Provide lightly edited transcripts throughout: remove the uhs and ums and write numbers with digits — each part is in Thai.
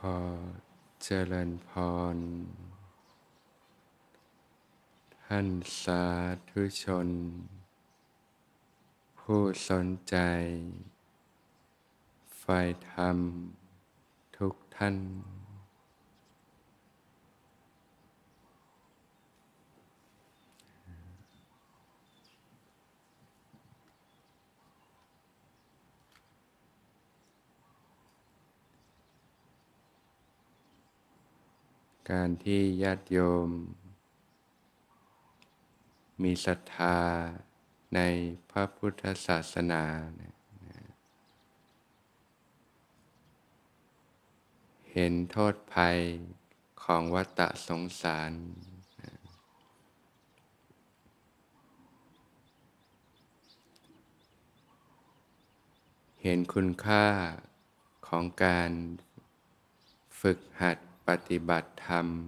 อเจริญพรท่านสาธุชนผู้สนใจใฝ่ธรรมทุกท่านการที่ญาติโยมมีศรัทธาในพระพุทธศาสนาเนี่ยเห็นโทษภัยของวัฏสงสารเห็นคุณค่าของการฝึกหัดปฏิบัติธรรม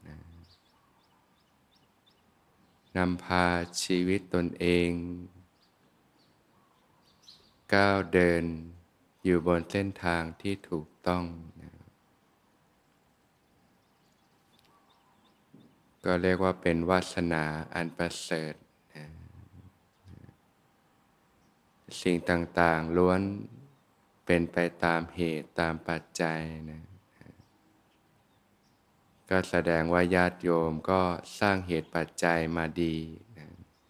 นำพาชีวิตตนเองก้าวเดินอยู่บนเส้นทางที่ถูกต้องก็เรียกว่าเป็นวาสนาอันประเสริฐสิ่งต่างๆล้วนเป็นไปตามเหตุตามปัจจัยนะก็แสดงว่าญาติโยมก็สร้างเหตุปัจจัยมาดีนะ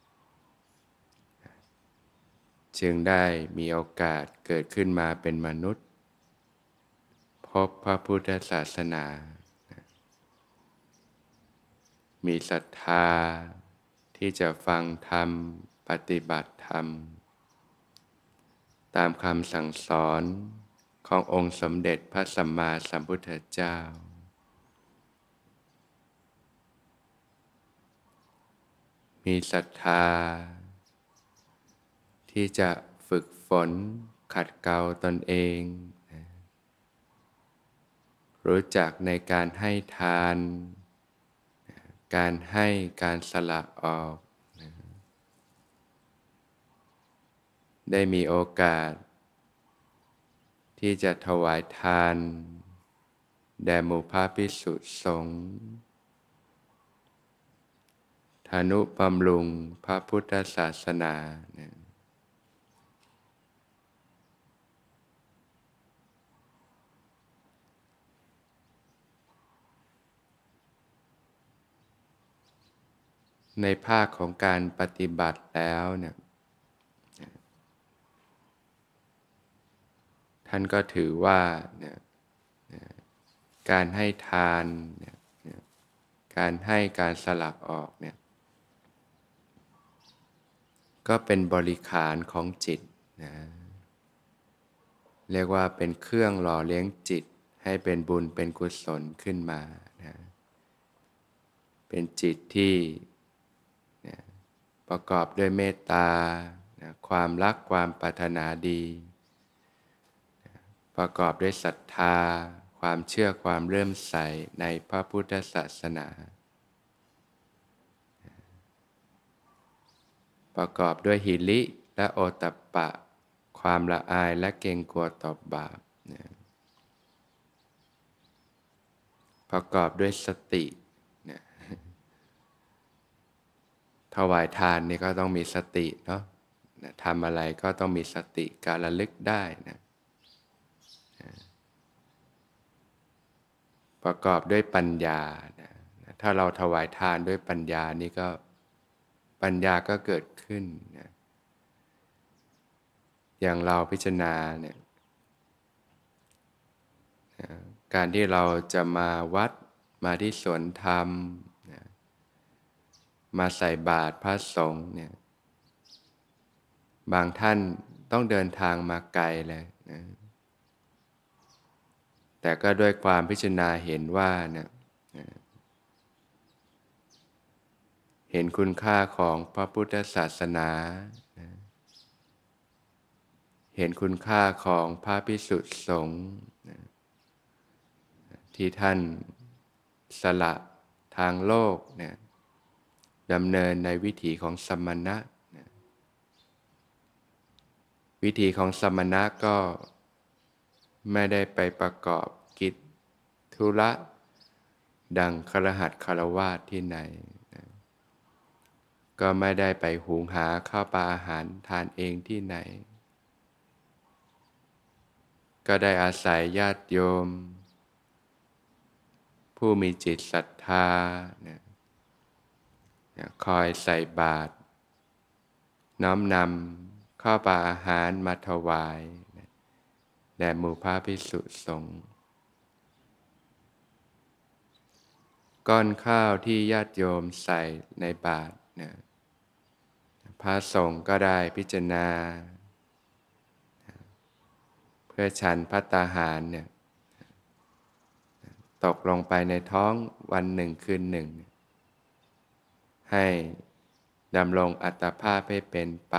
จึงได้มีโอกาสเกิดขึ้นมาเป็นมนุษย์พบพระพุทธศาสนามีศรัทธาที่จะฟังธรรมปฏิบัติธรรมตามคำสั่งสอนขององค์สมเด็จพระสัมมาสัมพุทธเจ้ามีศรัทธาที่จะฝึกฝนขัดเกลาตนเองรู้จักในการให้ทานการให้การสละออกได้มีโอกาสที่จะถวายทานแด่หมู่พระภิกษุสงฆ์ทานุบำรุงพระพุทธศาสนาในภาคของการปฏิบัติแล้วเนี่ยท่านก็ถือว่าเนี่ยการให้ทานเนี่ยการให้การสละออกเนี่ยก็เป็นบริขารของจิตนะเรียกว่าเป็นเครื่องหล่อเลี้ยงจิตให้เป็นบุญเป็นกุศลขึ้นมานะเป็นจิตที่นะประกอบด้วยเมตตานะความรักความปรารถนาดีนะประกอบด้วยศรัทธาความเชื่อความเลื่อมใสในพระพุทธศาสนาประกอบด้วยหิริและโอตตัปปะความละอายและเกรงกลัวต่อบาปนะประกอบด้วยสตินะถวายทานนี่ก็ต้องมีสติเนาะทำอะไรก็ต้องมีสติการระลึกได้นะประกอบด้วยปัญญานะถ้าเราถวายทานด้วยปัญญานี่ก็ปัญญาก็เกิดขึ้นนะอย่างเราพิจารณาเนี่ยการที่เราจะมาวัดมาที่สวนธรรมนะมาใส่บาตรพระสงฆ์เนี่ยบางท่านต้องเดินทางมาไกลเลยนะแต่ก็ด้วยความพิจารณาเห็นว่าเนี่ยเห็นคุณค่าของพระพุทธศาสนานะเห็นคุณค่าของพระภิกษุสงฆ์นะที่ท่านสละทางโลกเนี่ยดำเนินในวิถีของสมณะนะวิถีของสมณะก็ไม่ได้ไปประกอบกิจธุระดังคฤหัสถ์คฤวาสถ์ที่ไหนนะก็ไม่ได้ไปหุงหาข้าวปลาอาหารทานเองที่ไหนก็ได้อาศัยญาติโยมผู้มีจิตศรัทธานะคอยใส่บาตรน้อมนำข้าวปลาอาหารมาถวายแด่หมู่พระภิกษุสงฆ์ก้อนข้าวที่ญาติโยมใส่ในบาตรนะพระสงฆ์ก็ได้พิจารณาเพื่อฉันภัตตาหารเนี่ยตกลงไปในท้องวันหนึ่งคืนหนึ่งให้ดำรงอัตภาพให้เป็นไป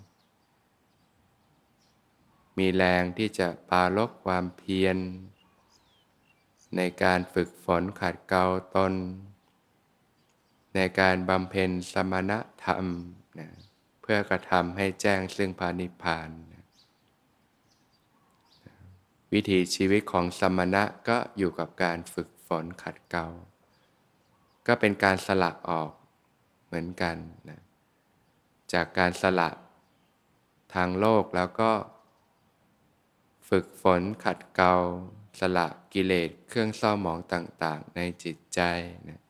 มีแรงที่จะปรารภความเพียรในการฝึกฝนขัดเกลาตนในการบำเพ็ญสมณธรรมนะเพื่อกระทำให้แจ้งซึ่งพระนิพพานนะวิถีชีวิตของสมณะก็อยู่กับการฝึกฝนขัดเกลาก็เป็นการสละออกเหมือนกันนะจากการสละทางโลกแล้วก็ฝึกฝนขัดเกลาสละกิเลสเครื่องเศร้าหมองต่างๆในจิตใจนะ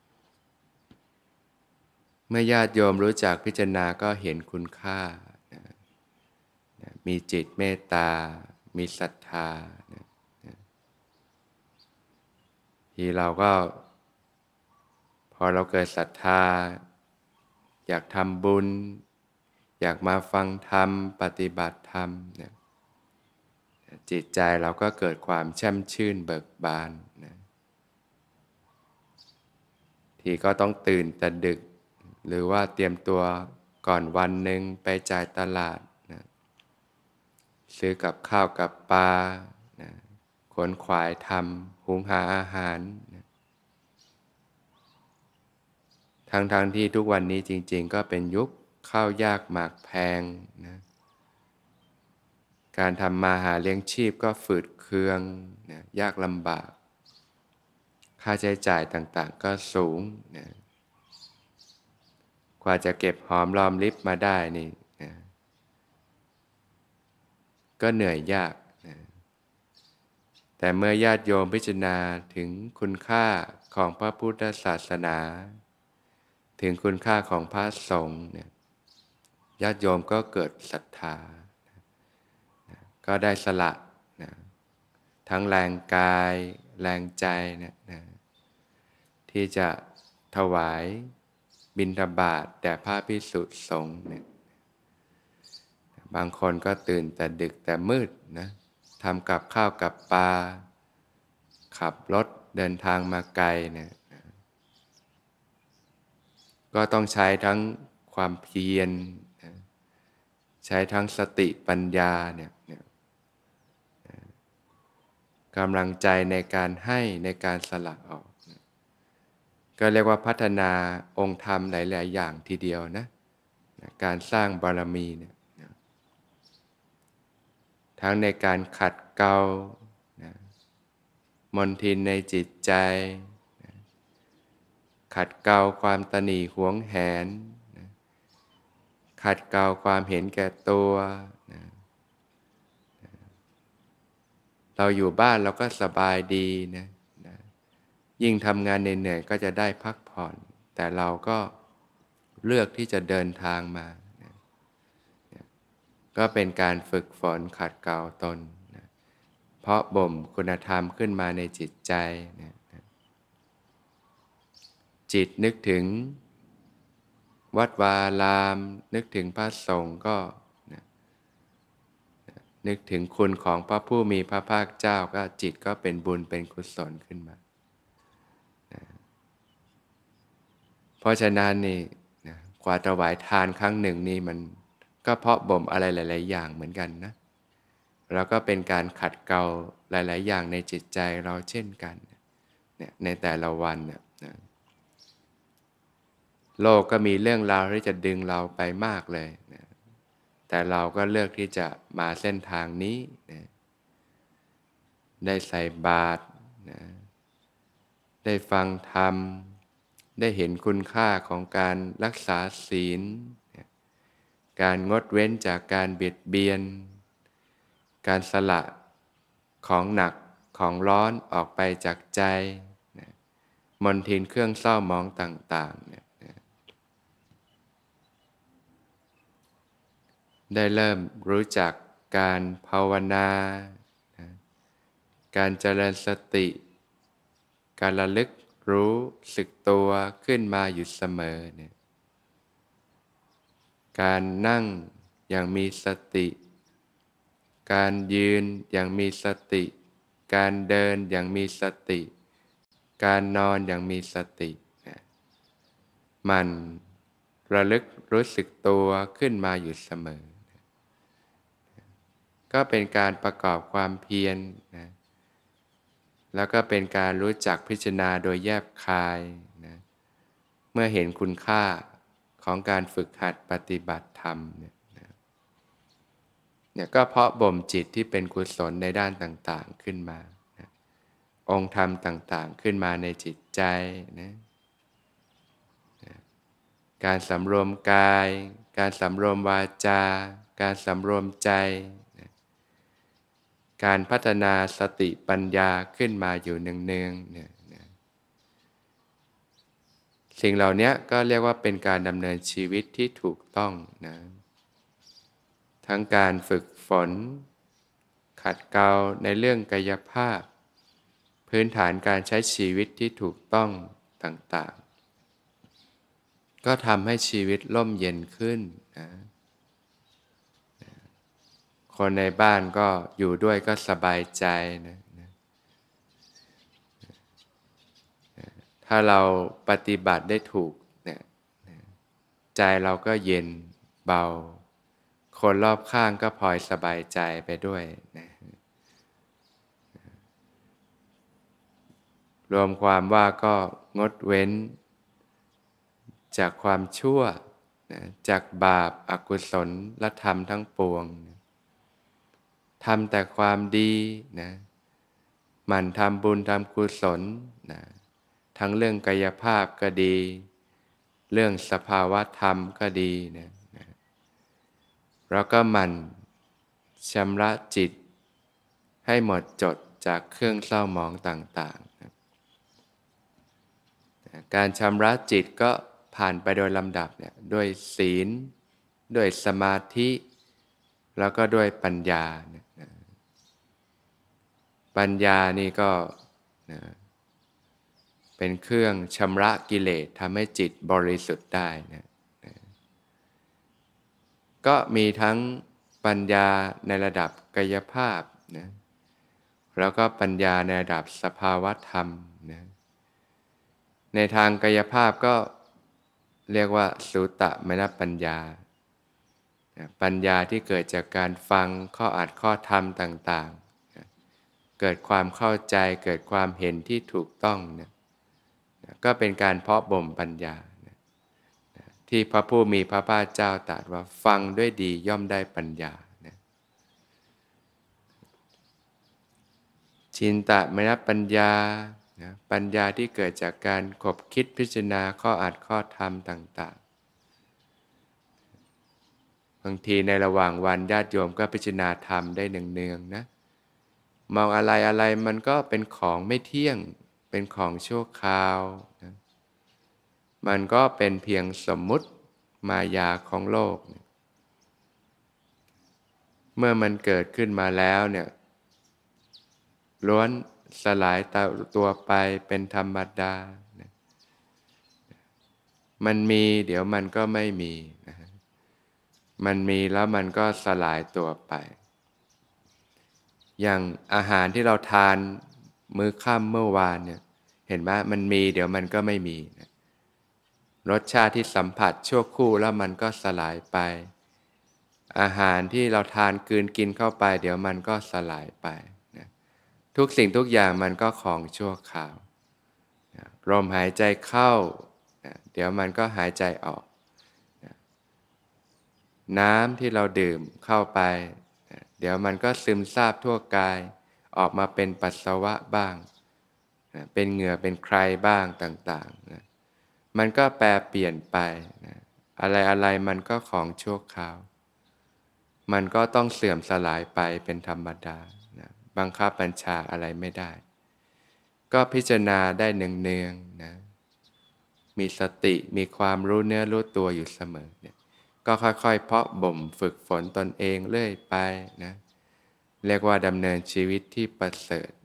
เมื่อญาติโยมรู้จักพิจารณาก็เห็นคุณค่านะมีจิตเมตตามีศรัทธานะที่เราก็พอเราเกิดศรัทธาอยากทำบุญอยากมาฟังธรรมปฏิบัติธรรมเนี่ยจิตใจเราก็เกิดความแช่มชื่นเบิกบานนะที่ก็ต้องตื่นแต่ดึกหรือว่าเตรียมตัวก่อนวันหนึ่งไปจ่ายตลาดนะซื้อกับข้าวกับปลานะขนขวายทำหุงหาอาหารนะทั้งที่ทุกวันนี้จริงๆก็เป็นยุคข้าวยากหมากแพงนะการทำมาหาเลี้ยงชีพก็ฝืดเคืองนะยากลำบากค่าใช้จ่ายต่างๆก็สูงนะกว่าจะเก็บหอมรอมริบมาได้นี่นะก็เหนื่อยยากนะแต่เมื่อญาติโยมพิจารณาถึงคุณค่าของพระพุทธศาสนาถึงคุณค่าของพระสงฆ์เนี่ยญาติโยมก็เกิดศรัทธานะก็ได้สละนะทั้งแรงกายแรงใจนะที่จะถวายบิณฑบาตแด่พระภิกษุสงฆ์เนี่ยบางคนก็ตื่นแต่ดึกแต่มืดนะทำกับข้าวกับปลาขับรถเดินทางมาไกลเนี่ยก็ต้องใช้ทั้งความเพียรนะใช้ทั้งสติปัญญาเนี่ยกำลังใจในการให้ในการสละออกก็เรียกว่าพัฒนาองค์ธรรมหลายๆอย่างทีเดียวนะการสร้างบารมีเนี่ยทั้งในการขัดเกลานะมลทินในจิตใจนะขัดเกลาความตณีหวงแหนนะขัดเกลาความเห็นแก่ตัวนะเราอยู่บ้านเราก็สบายดีนะยิ่งทำงานเหนื่อยๆก็จะได้พักผ่อนแต่เราก็เลือกที่จะเดินทางมานะก็เป็นการฝึกฝนขัดเกลาตนนะเพราะบ่มคุณธรรมขึ้นมาในจิตใจนะจิตนึกถึงวัดวาอารามนึกถึงพระสงฆ์ก็นะนึกถึงคุณของพระผู้มีพระภาคเจ้าก็จิตก็เป็นบุญเป็นกุศลขึ้นมาเพราะฉะนั้นนี่นะกว่าถวายทานครั้งหนึ่งนี่มันก็เพาะบ่มอะไรหลายๆอย่างเหมือนกันนะแล้วก็เป็นการขัดเกลาหลายๆอย่างในจิตใจเราเช่นกันเนี่ยในแต่ละวันเนี่ยนะโลกก็มีเรื่องราวที่จะดึงเราไปมากเลยนะแต่เราก็เลือกที่จะมาเส้นทางนี้นะได้ใส่บาตรนะได้ฟังธรรมได้เห็นคุณค่าของการรักษาศีลการงดเว้นจากการเบียดเบียนการสละของหนักของร้อนออกไปจากใจมลทินเครื่องเศร้าหมองต่างๆเนี่ยได้เริ่มรู้จักการภาวนาการเจริญสติการระลึกรู้สึกตัวขึ้นมาอยู่เสมอเนี่ยการนั่งอย่างมีสติการยืนอย่างมีสติการเดินอย่างมีสติการนอนอย่างมีสติมันระลึกรู้สึกตัวขึ้นมาอยู่เสมอก็เป็นการประกอบความเพียรนะแล้วก็เป็นการรู้จักพิจารณาโดยแยบคายนะเมื่อเห็นคุณค่าของการฝึกหัดปฏิบัติธรรมเนี่ยก็เพราะบ่มจิตที่เป็นกุศลในด้านต่างๆขึ้นมานะองค์ธรรมต่างๆขึ้นมาในจิตใจนะการสำรวมกายการสำรวมวาจาการสำรวมใจนะการพัฒนาสติปัญญาขึ้นมาอยู่เนืองๆเนี่ยสิ่งเหล่านี้ก็เรียกว่าเป็นการดำเนินชีวิตที่ถูกต้องนะทั้งการฝึกฝนขัดเกลาในเรื่องกายภาพพื้นฐานการใช้ชีวิตที่ถูกต้องต่างๆก็ทำให้ชีวิตร่มเย็นขึ้นนะคนในบ้านก็อยู่ด้วยก็สบายใจนะถ้าเราปฏิบัติได้ถูกเนี่ยใจเราก็เย็นเบาคนรอบข้างก็พลอยสบายใจไปด้วยนะรวมความว่าก็งดเว้นจากความชั่วนะจากบาปอกุศลและธรรมทั้งปวงนะทำแต่ความดีนะหมั่นทำบุญทำกุศลนะทั้งเรื่องกายภาพก็ดีเรื่องสภาวะธรรมก็ดีนะแล้วก็หมั่นชำระจิตให้หมดจดจากเครื่องเศร้าหมองต่างๆนะการชำระจิตก็ผ่านไปโดยลำดับเนี่ยด้วยศีลด้วยสมาธิแล้วก็ด้วยปัญญานะปัญญานี่ก็นะเป็นเครื่องชำระกิเลสทำให้จิตบริสุทธิ์ได้นะก็มีทั้งปัญญาในระดับกายภาพนะแล้วก็ปัญญาในระดับสภาวะธรรมนะในทางกายภาพก็เรียกว่าสุตมนปัญญาปัญญาที่เกิดจากการฟังข้ออัดข้อธรรมต่างๆเกิดความเข้าใจเกิดความเห็นที่ถูกต้องนะก็เป็นการเพาะบ่มปัญญาที่พระผู้มีพระภาคเจ้าตรัสว่าฟังด้วยดีย่อมได้ปัญญานะชินตมนปัญญานะปัญญาที่เกิดจากการคบคิดพิจารณาข้ออัดข้อธรรมต่างๆบางทีในระหว่างวันญาติโยมก็พิจารณาธรรมได้เนืองๆนะมองอะไรอะไรมันก็เป็นของไม่เที่ยงเป็นของชั่วคราวนะมันก็เป็นเพียงสมมุติมายาของโลกเมื่อมันเกิดขึ้นมาแล้วเนี่ยล้วนสลายตัวไปเป็นธรรมดานะมันมีเดี๋ยวมันก็ไม่มีนะมันมีแล้วมันก็สลายตัวไปอย่างอาหารที่เราทานมื้อค่ำเมื่อวานเนี่ยเห็นไหมมันมีเดี๋ยวมันก็ไม่มีนะรสชาติที่สัมผัสชั่วครู่แล้วมันก็สลายไปอาหารที่เราทานกลืนกินเข้าไปเดี๋ยวมันก็สลายไปนะทุกสิ่งทุกอย่างมันก็ของชั่วคราวนะลมหายใจเข้านะเดี๋ยวมันก็หายใจออกนะน้ำที่เราดื่มเข้าไปนะเดี๋ยวมันก็ซึมซาบทั่วกายออกมาเป็นปัสสาวะบ้างนะเป็นเหงื่อเป็นใครบ้างต่างๆนะมันก็แปรเปลี่ยนไปนะอะไรๆมันก็ของชั่วคราวมันก็ต้องเสื่อมสลายไปเป็นธรรมดานะบังคับบัญชาอะไรไม่ได้ก็พิจารณาได้เนืองๆนะมีสติมีความรู้เนื้อรู้ตัวอยู่เสมอเนี่ยก็ค่อยๆเพาะบ่มฝึกฝนตนเองเรื่อยไปนะเรียกว่าดำเนินชีวิตที่ประเสริฐ